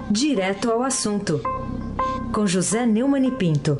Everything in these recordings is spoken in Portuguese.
Direto ao assunto, com José Neumann e Pinto.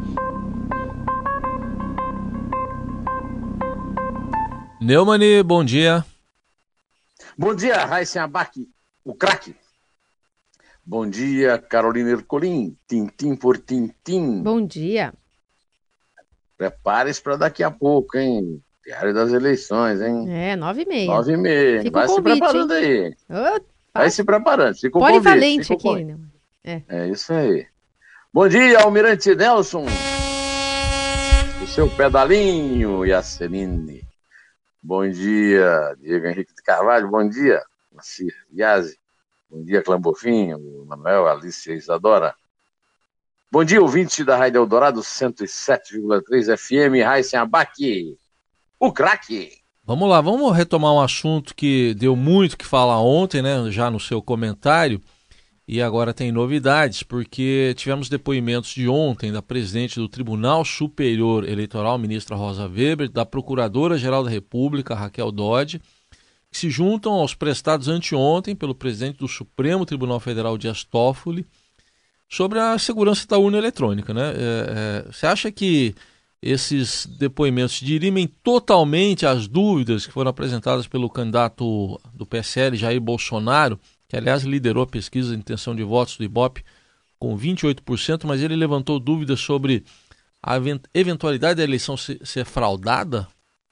Neumann, bom dia. Bom dia, Raíssen Abac, o craque. Bom dia, Carolina Ercolim, tintim por tintim. Bom dia. Prepare-se para daqui a pouco, hein? Diário das eleições, hein? 9h30. 9h30. Fica Vai o se convite, preparando aí. Vai se preparando. Fica o convite. Polivalente aqui, né? É isso aí. Bom dia, Almirante Nelson. O seu pedalinho, Yaceline. Bom dia, Diego Henrique de Carvalho. Bom dia, Macir Iazzi. Bom dia, Clã Bofinho, Manuel, Alicia Isadora. Bom dia, ouvinte da Rádio Eldorado 107,3 FM, Raíssen Abac, o craque. Vamos lá, vamos retomar um assunto que deu muito que falar ontem, né? Já no seu comentário, e agora tem novidades, porque tivemos depoimentos de ontem da presidente do Tribunal Superior Eleitoral, ministra Rosa Weber, da Procuradora-Geral da República, Raquel Dodge, que se juntam aos prestados anteontem pelo presidente do Supremo Tribunal Federal, Dias Toffoli, sobre a segurança da urna eletrônica, né? Você acha que esses depoimentos dirimem totalmente as dúvidas que foram apresentadas pelo candidato do PSL, Jair Bolsonaro, que aliás liderou a pesquisa de intenção de votos do Ibope com 28%, mas ele levantou dúvidas sobre a eventualidade da eleição ser fraudada?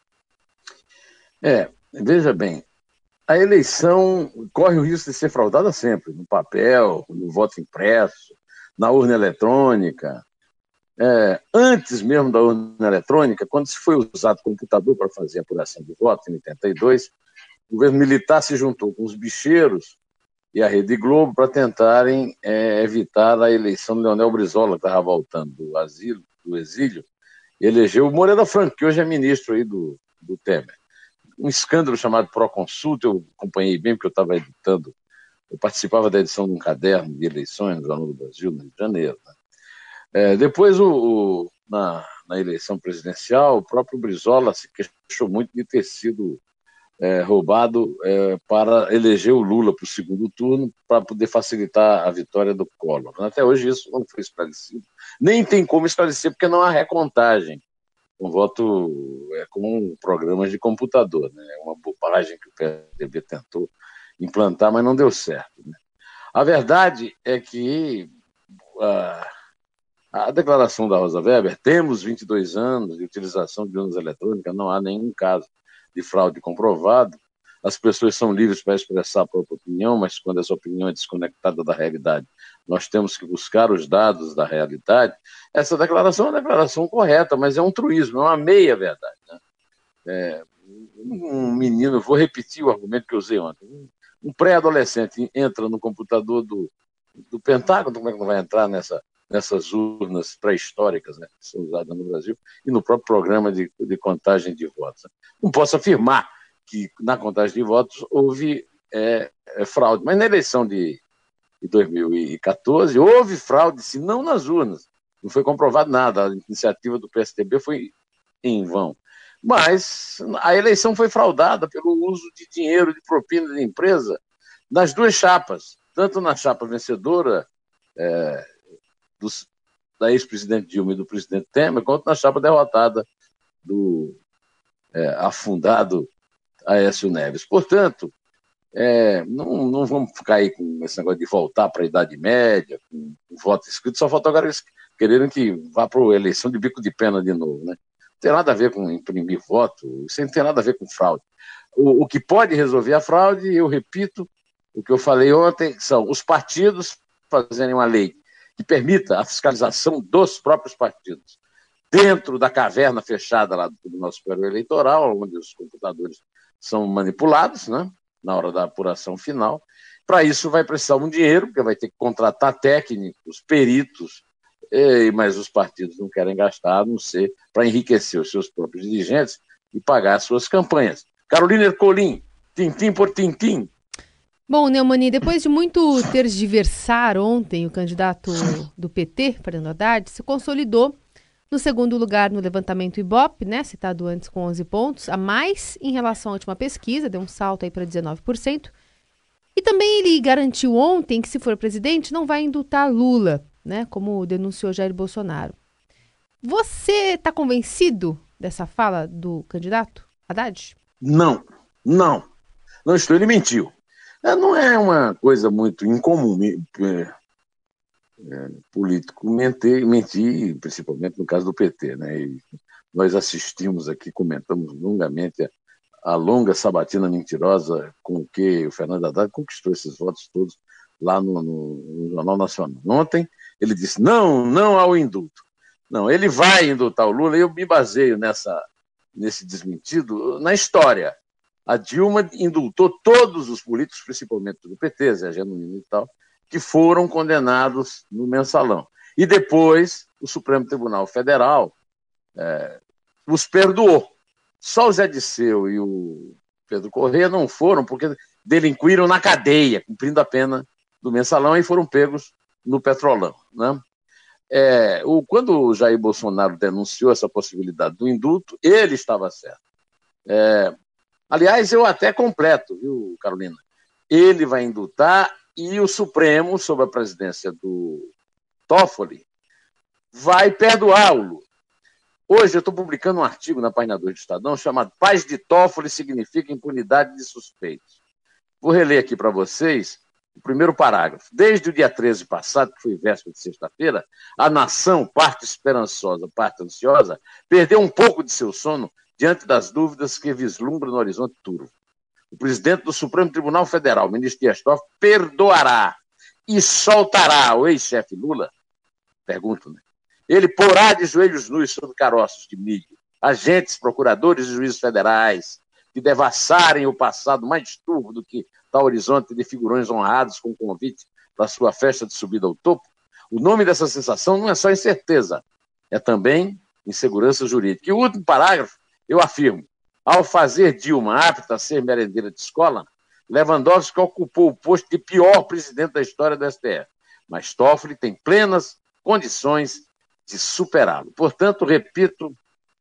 Veja bem, a eleição corre o risco de ser fraudada sempre, no papel, no voto impresso, na urna eletrônica. Antes mesmo da urna eletrônica, quando se foi usado computador para fazer a apuração de voto, em 82, o governo militar se juntou com os bicheiros e a Rede Globo para tentarem evitar a eleição de Leonel Brizola, que estava voltando do exílio, e elegeu o Moreira Franco, que hoje é ministro aí do Temer. Um escândalo chamado Proconsulta, eu acompanhei bem, porque eu estava editando, eu participava da edição de um caderno de eleições no Jornal do Brasil, no Rio de Janeiro, né? Depois, na eleição presidencial, o próprio Brizola se queixou muito de ter sido roubado para eleger o Lula para o segundo turno, para poder facilitar a vitória do Collor. Até hoje isso não foi esclarecido. Nem tem como esclarecer, porque não há recontagem. Um voto com programas de computador, né? É uma bobagem que o PSDB tentou implantar, mas não deu certo, né? A verdade é que a declaração da Rosa Weber, temos 22 anos de utilização de urnas eletrônicas, não há nenhum caso de fraude comprovado, as pessoas são livres para expressar a própria opinião, mas quando essa opinião é desconectada da realidade, nós temos que buscar os dados da realidade. Essa declaração é uma declaração correta, mas é um truísmo, é uma meia-verdade, né? Um menino, vou repetir o argumento que eu usei ontem, um pré-adolescente entra no computador do Pentágono, como é que não vai entrar nessas urnas pré-históricas, né, que são usadas no Brasil, e no próprio programa de contagem de votos? Não posso afirmar que na contagem de votos houve fraude, mas na eleição de 2014 houve fraude, se não nas urnas. Não foi comprovado nada, a iniciativa do PSDB foi em vão. Mas a eleição foi fraudada pelo uso de dinheiro de propina de empresa nas duas chapas, tanto na chapa vencedora da ex-presidente Dilma e do presidente Temer, quanto na chapa derrotada do afundado Aécio Neves. Portanto, não vamos ficar aí com esse negócio de voltar para a Idade Média, com voto escrito, só falta agora eles quererem que vá para a eleição de bico de pena de novo, né? Não tem nada a ver com imprimir voto, isso não tem nada a ver com fraude. O que pode resolver a fraude, eu repito, o que eu falei ontem, são os partidos fazerem uma lei que permita a fiscalização dos próprios partidos dentro da caverna fechada lá do Tribunal Superior Eleitoral, onde os computadores são manipulados, né, na hora da apuração final. Para isso vai precisar um dinheiro, porque vai ter que contratar técnicos, peritos, mas os partidos não querem gastar, a não ser para enriquecer os seus próprios dirigentes e pagar as suas campanhas. Carolina Ercolim, tintim por tintim. Bom, Neumann, depois de muito tergiversar ontem, o candidato do PT, Fernando Haddad, se consolidou no segundo lugar no levantamento Ibope, né, citado antes com 11 pontos, a mais em relação à última pesquisa, deu um salto aí para 19%, E também ele garantiu ontem que, se for presidente, não vai indultar Lula, né, como denunciou Jair Bolsonaro. Você está convencido dessa fala do candidato Haddad? Não estou, ele mentiu. Não é uma coisa muito incomum político mentir, principalmente no caso do PT, né? E nós assistimos aqui, comentamos longamente a longa sabatina mentirosa com que o Fernando Haddad conquistou esses votos todos lá no Jornal Nacional. Ontem ele disse não ao indulto. Não, ele vai indultar o Lula, e eu me baseio nesse desmentido na história. A Dilma indultou todos os políticos, principalmente do PT, Zé Genuíno e tal, que foram condenados no Mensalão. E depois o Supremo Tribunal Federal os perdoou. Só o Zé Disseu e o Pedro Corrêa não foram, porque delinquiram na cadeia, cumprindo a pena do Mensalão, e foram pegos no Petrolão, né? Quando o Jair Bolsonaro denunciou essa possibilidade do indulto, ele estava certo. Aliás, eu até completo, viu, Carolina? Ele vai indultar, e o Supremo, sob a presidência do Toffoli, vai perdoar o Lula. Hoje eu estou publicando um artigo na página 2 do Estadão chamado Paz de Toffoli significa impunidade de suspeitos. Vou reler aqui para vocês o primeiro parágrafo. Desde o dia 13 passado, que foi véspera de sexta-feira, a nação, parte esperançosa, parte ansiosa, perdeu um pouco de seu sono diante das dúvidas que vislumbram no horizonte turvo. O presidente do Supremo Tribunal Federal, o ministro Dias Toffoli, perdoará e soltará o ex-chefe Lula? Pergunto, né? Ele porá de joelhos nus sobre caroços de milho agentes, procuradores e juízes federais que devassarem o passado mais turvo do que tal horizonte de figurões honrados com convite para sua festa de subida ao topo. O nome dessa sensação não é só incerteza, é também insegurança jurídica. E o último parágrafo, eu afirmo: ao fazer Dilma apta a ser merendeira de escola, Lewandowski ocupou o posto de pior presidente da história do STF. Mas Toffoli tem plenas condições de superá-lo. Portanto, repito,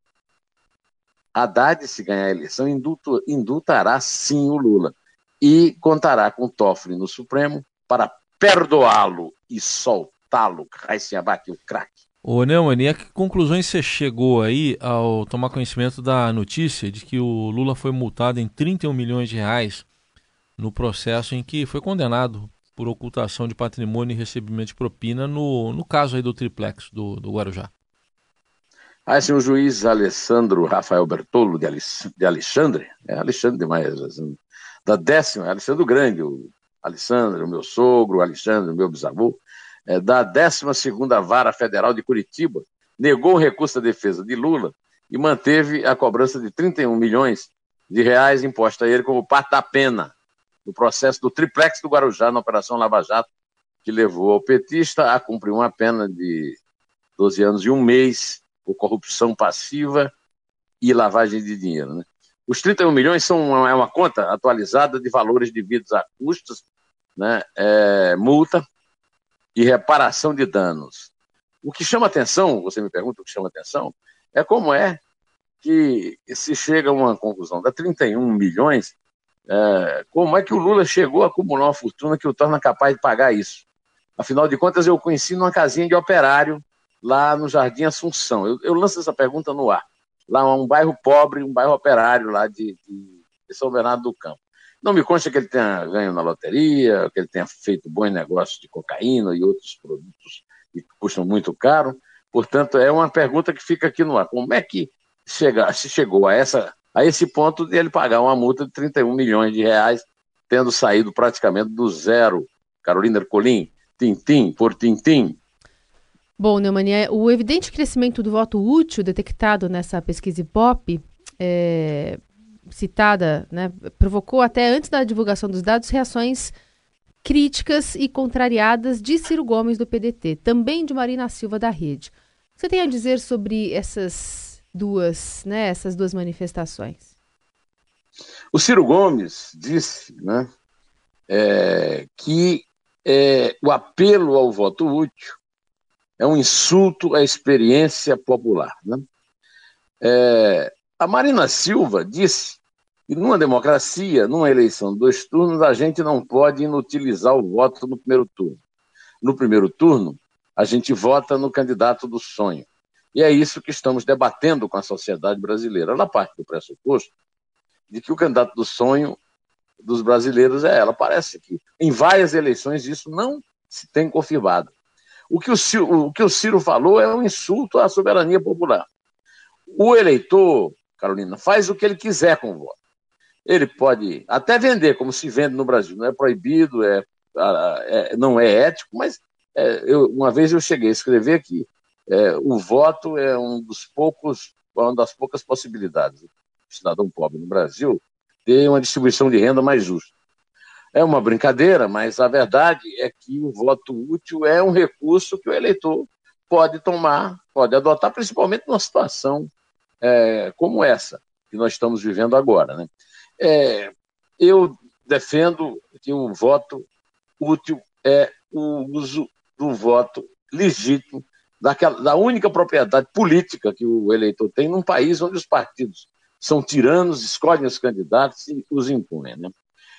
Haddad, se ganhar a eleição, indultará sim o Lula e contará com Toffoli no Supremo para perdoá-lo e soltá-lo. Raíssen Abac, o craque. Ô Neumann, e a que conclusões você chegou aí ao tomar conhecimento da notícia de que o Lula foi multado em 31 milhões de reais no processo em que foi condenado por ocultação de patrimônio e recebimento de propina no caso aí do triplex do Guarujá? Assim, o juiz Alessandro Rafael Bertolo de Alexandre, Alexandre demais, da 10ª, Alexandre o Grande, o Alexandre, o meu sogro, o Alexandre, o meu bisavô, da 12ª Vara Federal de Curitiba, negou o recurso da defesa de Lula e manteve a cobrança de 31 milhões de reais imposta a ele como parte da pena no processo do triplex do Guarujá, na Operação Lava Jato, que levou ao petista a cumprir uma pena de 12 anos e 1 mês por corrupção passiva e lavagem de dinheiro, né? Os 31 milhões são uma conta atualizada de valores devidos a custos, né, multa e reparação de danos. O que chama atenção, você me pergunta o que chama atenção, é como é que se chega a uma conclusão. Dá 31 milhões, como é que o Lula chegou a acumular uma fortuna que o torna capaz de pagar isso? Afinal de contas, eu conheci numa casinha de operário lá no Jardim Assunção. Eu lanço essa pergunta no ar. Lá um bairro pobre, um bairro operário lá de São Bernardo do Campo. Não me consta que ele tenha ganho na loteria, que ele tenha feito bons negócios de cocaína e outros produtos que custam muito caro. Portanto, é uma pergunta que fica aqui no ar. Como é que se chegou a esse ponto de ele pagar uma multa de 31 milhões de reais, tendo saído praticamente do zero? Carolina Ercolim, tintim por tintim. Bom, Neumann, o evidente crescimento do voto útil detectado nessa pesquisa Ibope, citada, né, provocou até antes da divulgação dos dados reações críticas e contrariadas de Ciro Gomes do PDT, também de Marina Silva da Rede. O que você tem a dizer sobre essas duas manifestações? O Ciro Gomes disse, né, que o apelo ao voto útil é um insulto à experiência popular, né? A Marina Silva disse E numa democracia, numa eleição de 2 turnos, a gente não pode inutilizar o voto no primeiro turno. No primeiro turno, a gente vota no candidato do sonho. E é isso que estamos debatendo com a sociedade brasileira. Ela parte do pressuposto de que o candidato do sonho dos brasileiros é ela. Parece que em várias eleições isso não se tem confirmado. O que o Ciro falou é um insulto à soberania popular. O eleitor, Carolina, faz o que ele quiser com o voto. Ele pode até vender, como se vende no Brasil. Não é proibido, não é ético, mas uma vez eu cheguei a escrever aqui, o voto é uma das poucas possibilidades do cidadão pobre no Brasil ter uma distribuição de renda mais justa. É uma brincadeira, mas a verdade é que o voto útil é um recurso que o eleitor pode tomar, pode adotar, principalmente numa situação como essa que nós estamos vivendo agora, né? Eu defendo que o voto útil é o uso do voto legítimo, da única propriedade política que o eleitor tem num país onde os partidos são tiranos, escolhem os candidatos e os impõem, né?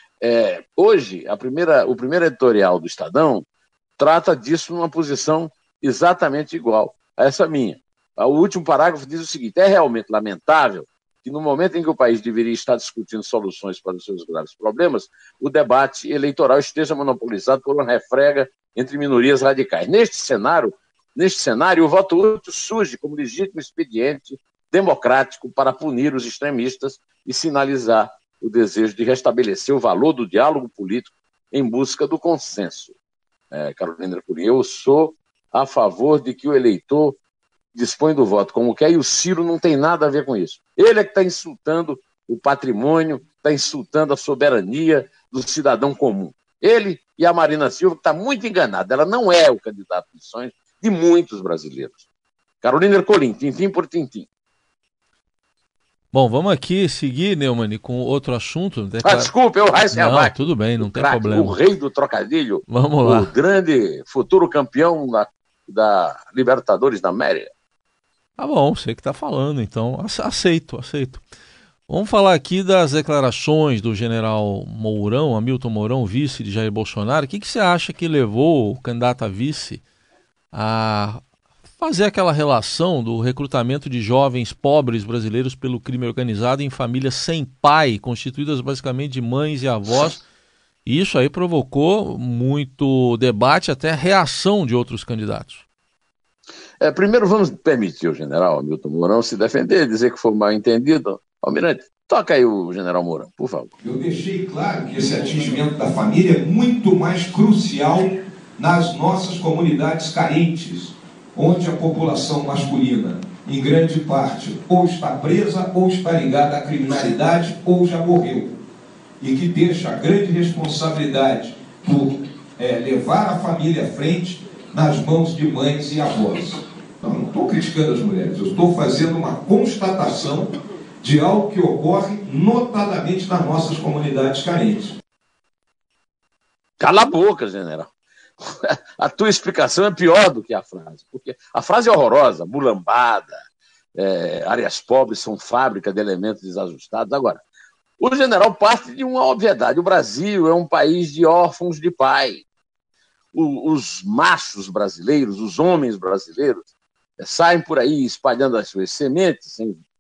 Hoje, o primeiro editorial do Estadão trata disso numa posição exatamente igual a essa minha. O último parágrafo diz o seguinte: é realmente lamentável que no momento em que o país deveria estar discutindo soluções para os seus graves problemas, o debate eleitoral esteja monopolizado por uma refrega entre minorias radicais. Neste cenário, o voto útil surge como legítimo expediente democrático para punir os extremistas e sinalizar o desejo de restabelecer o valor do diálogo político em busca do consenso. Carolina Ercolim, eu sou a favor de que o eleitor dispõe do voto como quer, e o Ciro não tem nada a ver com isso. Ele é que está insultando o patrimônio, está insultando a soberania do cidadão comum. Ele e a Marina Silva, que está muito enganada. Ela não é o candidato de sonhos de muitos brasileiros. Carolina Ercolim, tintim por tintim. Bom, vamos aqui seguir, Neumann, com outro assunto. Desculpa, eu Raíssa Abac. Tudo bem, não tem problema. O rei do trocadilho. Vamos lá. O grande futuro campeão da Libertadores da América. Tá bom, sei que está falando, então aceito. Vamos falar aqui das declarações do general Mourão, Hamilton Mourão, vice de Jair Bolsonaro. O que você acha que levou o candidato a vice a fazer aquela relação do recrutamento de jovens pobres brasileiros pelo crime organizado em famílias sem pai, constituídas basicamente de mães e avós? E isso aí provocou muito debate, até reação de outros candidatos. Primeiro vamos permitir ao general Hamilton Mourão se defender, dizer que foi mal entendido. Almirante, toca aí o general Mourão, por favor. Eu deixei claro que esse atingimento da família é muito mais crucial nas nossas comunidades carentes, onde a população masculina, em grande parte, ou está presa, ou está ligada à criminalidade, ou já morreu. E que deixa a grande responsabilidade por levar a família à frente nas mãos de mães e avós. Não estou criticando as mulheres, eu estou fazendo uma constatação de algo que ocorre notadamente nas nossas comunidades carentes. Cala a boca, general. A tua explicação é pior do que a frase, porque a frase é horrorosa, mulambada, áreas pobres são fábrica de elementos desajustados. Agora, o general parte de uma obviedade: o Brasil é um país de órfãos de pai. Os machos brasileiros, os homens brasileiros, saem por aí espalhando as suas sementes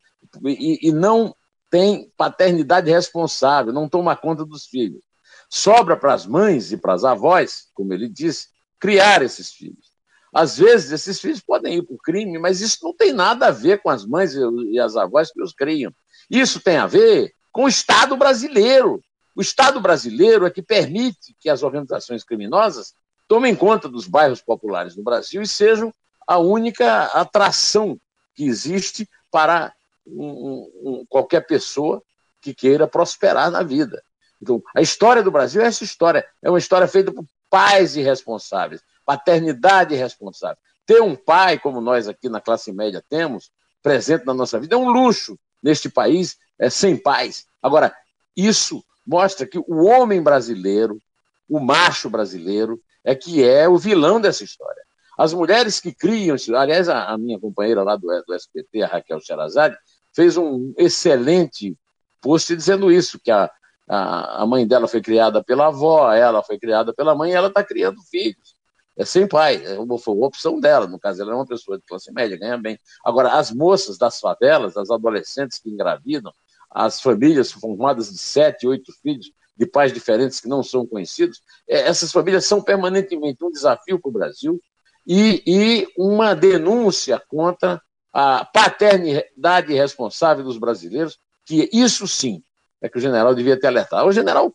e não tem paternidade responsável, não toma conta dos filhos. Sobra para as mães e para as avós, como ele disse, criar esses filhos. Às vezes, esses filhos podem ir para o crime, mas isso não tem nada a ver com as mães e as avós que os criam. Isso tem a ver com o Estado brasileiro. O Estado brasileiro é que permite que as organizações criminosas tomem conta dos bairros populares do Brasil e sejam a única atração que existe para qualquer pessoa que queira prosperar na vida. Então, a história do Brasil é essa história. É uma história feita por pais irresponsáveis, paternidade irresponsável. Ter um pai, como nós aqui na classe média temos, presente na nossa vida, é um luxo neste país sem pais. Agora, isso mostra que o homem brasileiro, o macho brasileiro, que é o vilão dessa história. As mulheres que criam, aliás, a minha companheira lá do SBT, a Raquel Sherazade, fez um excelente post dizendo isso, que a mãe dela foi criada pela avó, ela foi criada pela mãe, e ela está criando filhos. É sem pai, foi uma opção dela. No caso, ela é uma pessoa de classe média, ganha bem. Agora, as moças das favelas, as adolescentes que engravidam, as famílias formadas de 7, 8 filhos, de pais diferentes que não são conhecidos, essas famílias são permanentemente um desafio para o Brasil e uma denúncia contra a paternidade responsável dos brasileiros, que isso sim é que o general devia ter alertado. O general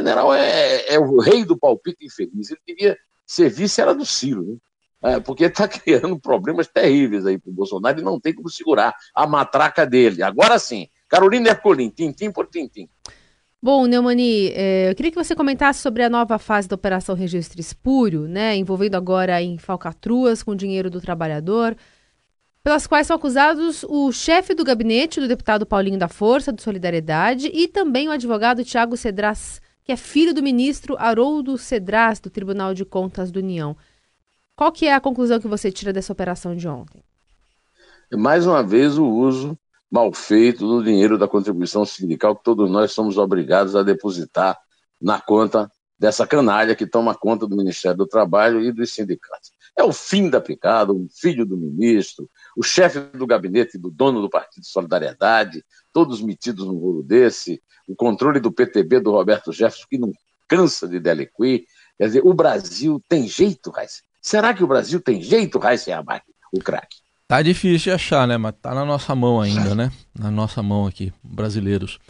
é o rei do palpite infeliz, ele devia ser vice era do Ciro, né? Porque está criando problemas terríveis aí para o Bolsonaro e não tem como segurar a matraca dele. Agora sim, Carolina Ercolim, tintim por tintim. Bom, Neumani, eu queria que você comentasse sobre a nova fase da Operação Registro Espúrio, né, envolvendo agora em falcatruas com dinheiro do trabalhador, pelas quais são acusados o chefe do gabinete do deputado Paulinho da Força, do Solidariedade, e também o advogado Tiago Cedras, que é filho do ministro Haroldo Cedras, do Tribunal de Contas da União. Qual que é a conclusão que você tira dessa operação de ontem? Mais uma vez, o uso mal feito do dinheiro da contribuição sindical que todos nós somos obrigados a depositar na conta dessa canalha que toma conta do Ministério do Trabalho e dos sindicatos. É o fim da picada, o filho do ministro, o chefe do gabinete do dono do Partido Solidariedade, todos metidos num rolo desse, o controle do PTB do Roberto Jefferson, que não cansa de deliquir. Quer dizer, o Brasil tem jeito, Raíssa? Será que o Brasil tem jeito, Raíssa Abac, o craque? Tá difícil de achar, né? Mas tá na nossa mão ainda, né? Na nossa mão aqui, brasileiros.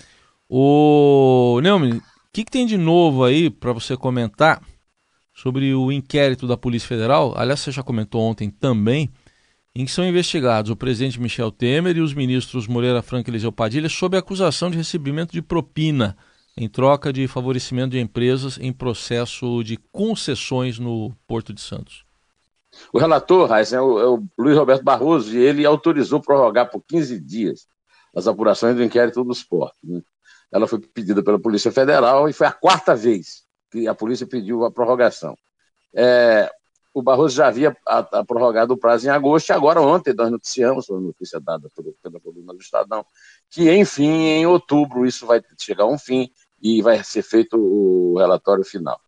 Ô, Neumann, o que tem de novo aí para você comentar sobre o inquérito da Polícia Federal? Aliás, você já comentou ontem também, em que são investigados o presidente Michel Temer e os ministros Moreira Franco e Eliseu Padilha sob a acusação de recebimento de propina em troca de favorecimento de empresas em processo de concessões no Porto de Santos. O relator, Raíssa, é o Luiz Roberto Barroso, e ele autorizou prorrogar por 15 dias as apurações do inquérito dos portos, né? Ela foi pedida pela Polícia Federal e foi a 4ª vez que a polícia pediu a prorrogação. O Barroso já havia prorrogado o prazo em agosto, e agora ontem nós noticiamos, foi uma notícia dada pela coluna do Estadão, que enfim, em outubro, isso vai chegar a um fim e vai ser feito o relatório final.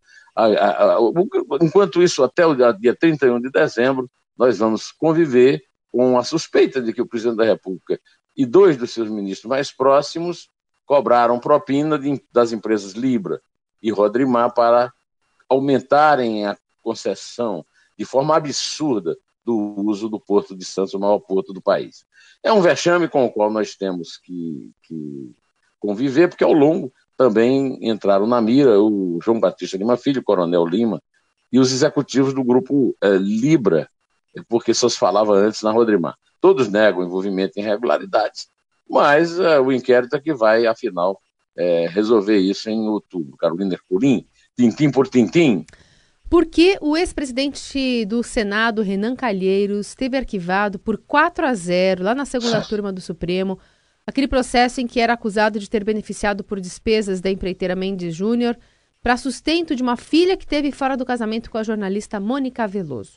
Enquanto isso, até o dia 31 de dezembro, nós vamos conviver com a suspeita de que o presidente da República e 2 dos seus ministros mais próximos cobraram propina das empresas Libra e Rodrimar para aumentarem a concessão de forma absurda do uso do Porto de Santos, o maior porto do país. É um vexame com o qual nós temos que conviver, porque ao longo também entraram na mira o João Batista Lima Filho, o Coronel Lima, e os executivos do grupo Libra, porque só se falava antes na Rodrimar. Todos negam envolvimento em irregularidades, mas o inquérito é que vai, afinal, resolver isso em outubro. Carolina Ercolim, tintim por tintim. Por que o ex-presidente do Senado, Renan Calheiros, teve arquivado por 4-0, lá na segunda turma do Supremo, aquele processo em que era acusado de ter beneficiado por despesas da empreiteira Mendes Júnior para sustento de uma filha que teve fora do casamento com a jornalista Mônica Veloso?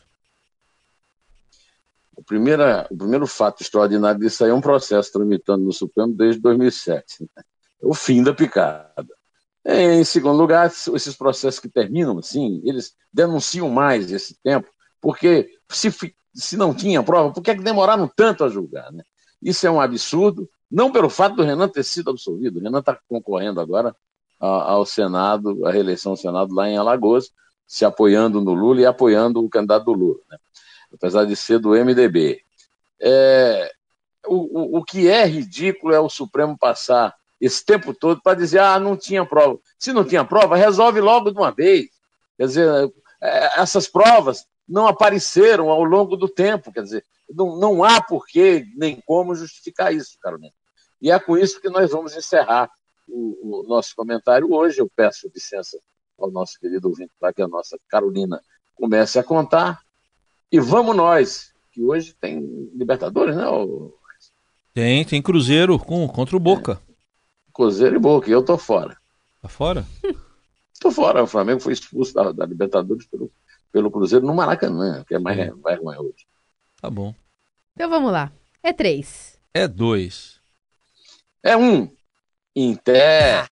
O primeiro fato extraordinário disso aí é um processo tramitando no Supremo desde 2007. Né? É o fim da picada. Em segundo lugar, esses processos que terminam assim, eles denunciam mais esse tempo, porque se não tinha prova, por que é que demoraram tanto a julgar? Né? Isso é um absurdo, não pelo fato do Renan ter sido absolvido. O Renan está concorrendo agora ao Senado, à reeleição ao Senado lá em Alagoas, se apoiando no Lula e apoiando o candidato do Lula, né? Apesar de ser do MDB. O que é ridículo é o Supremo passar esse tempo todo para dizer, não tinha prova. Se não tinha prova, resolve logo de uma vez. Quer dizer, essas provas não apareceram ao longo do tempo, quer dizer, não há porquê nem como justificar isso, Carolina. E é com isso que nós vamos encerrar o nosso comentário hoje. Eu peço licença ao nosso querido ouvinte para que a nossa Carolina comece a contar. E vamos nós, que hoje tem Libertadores, né? Tem Cruzeiro contra o Boca. Cruzeiro e Boca, e eu tô fora. Tá fora? Tô fora, o Flamengo foi expulso da Libertadores pelo Cruzeiro no Maracanã, que é mais ruim hoje. Tá bom. Então vamos lá. É 3. É 2. É 1. Em pé.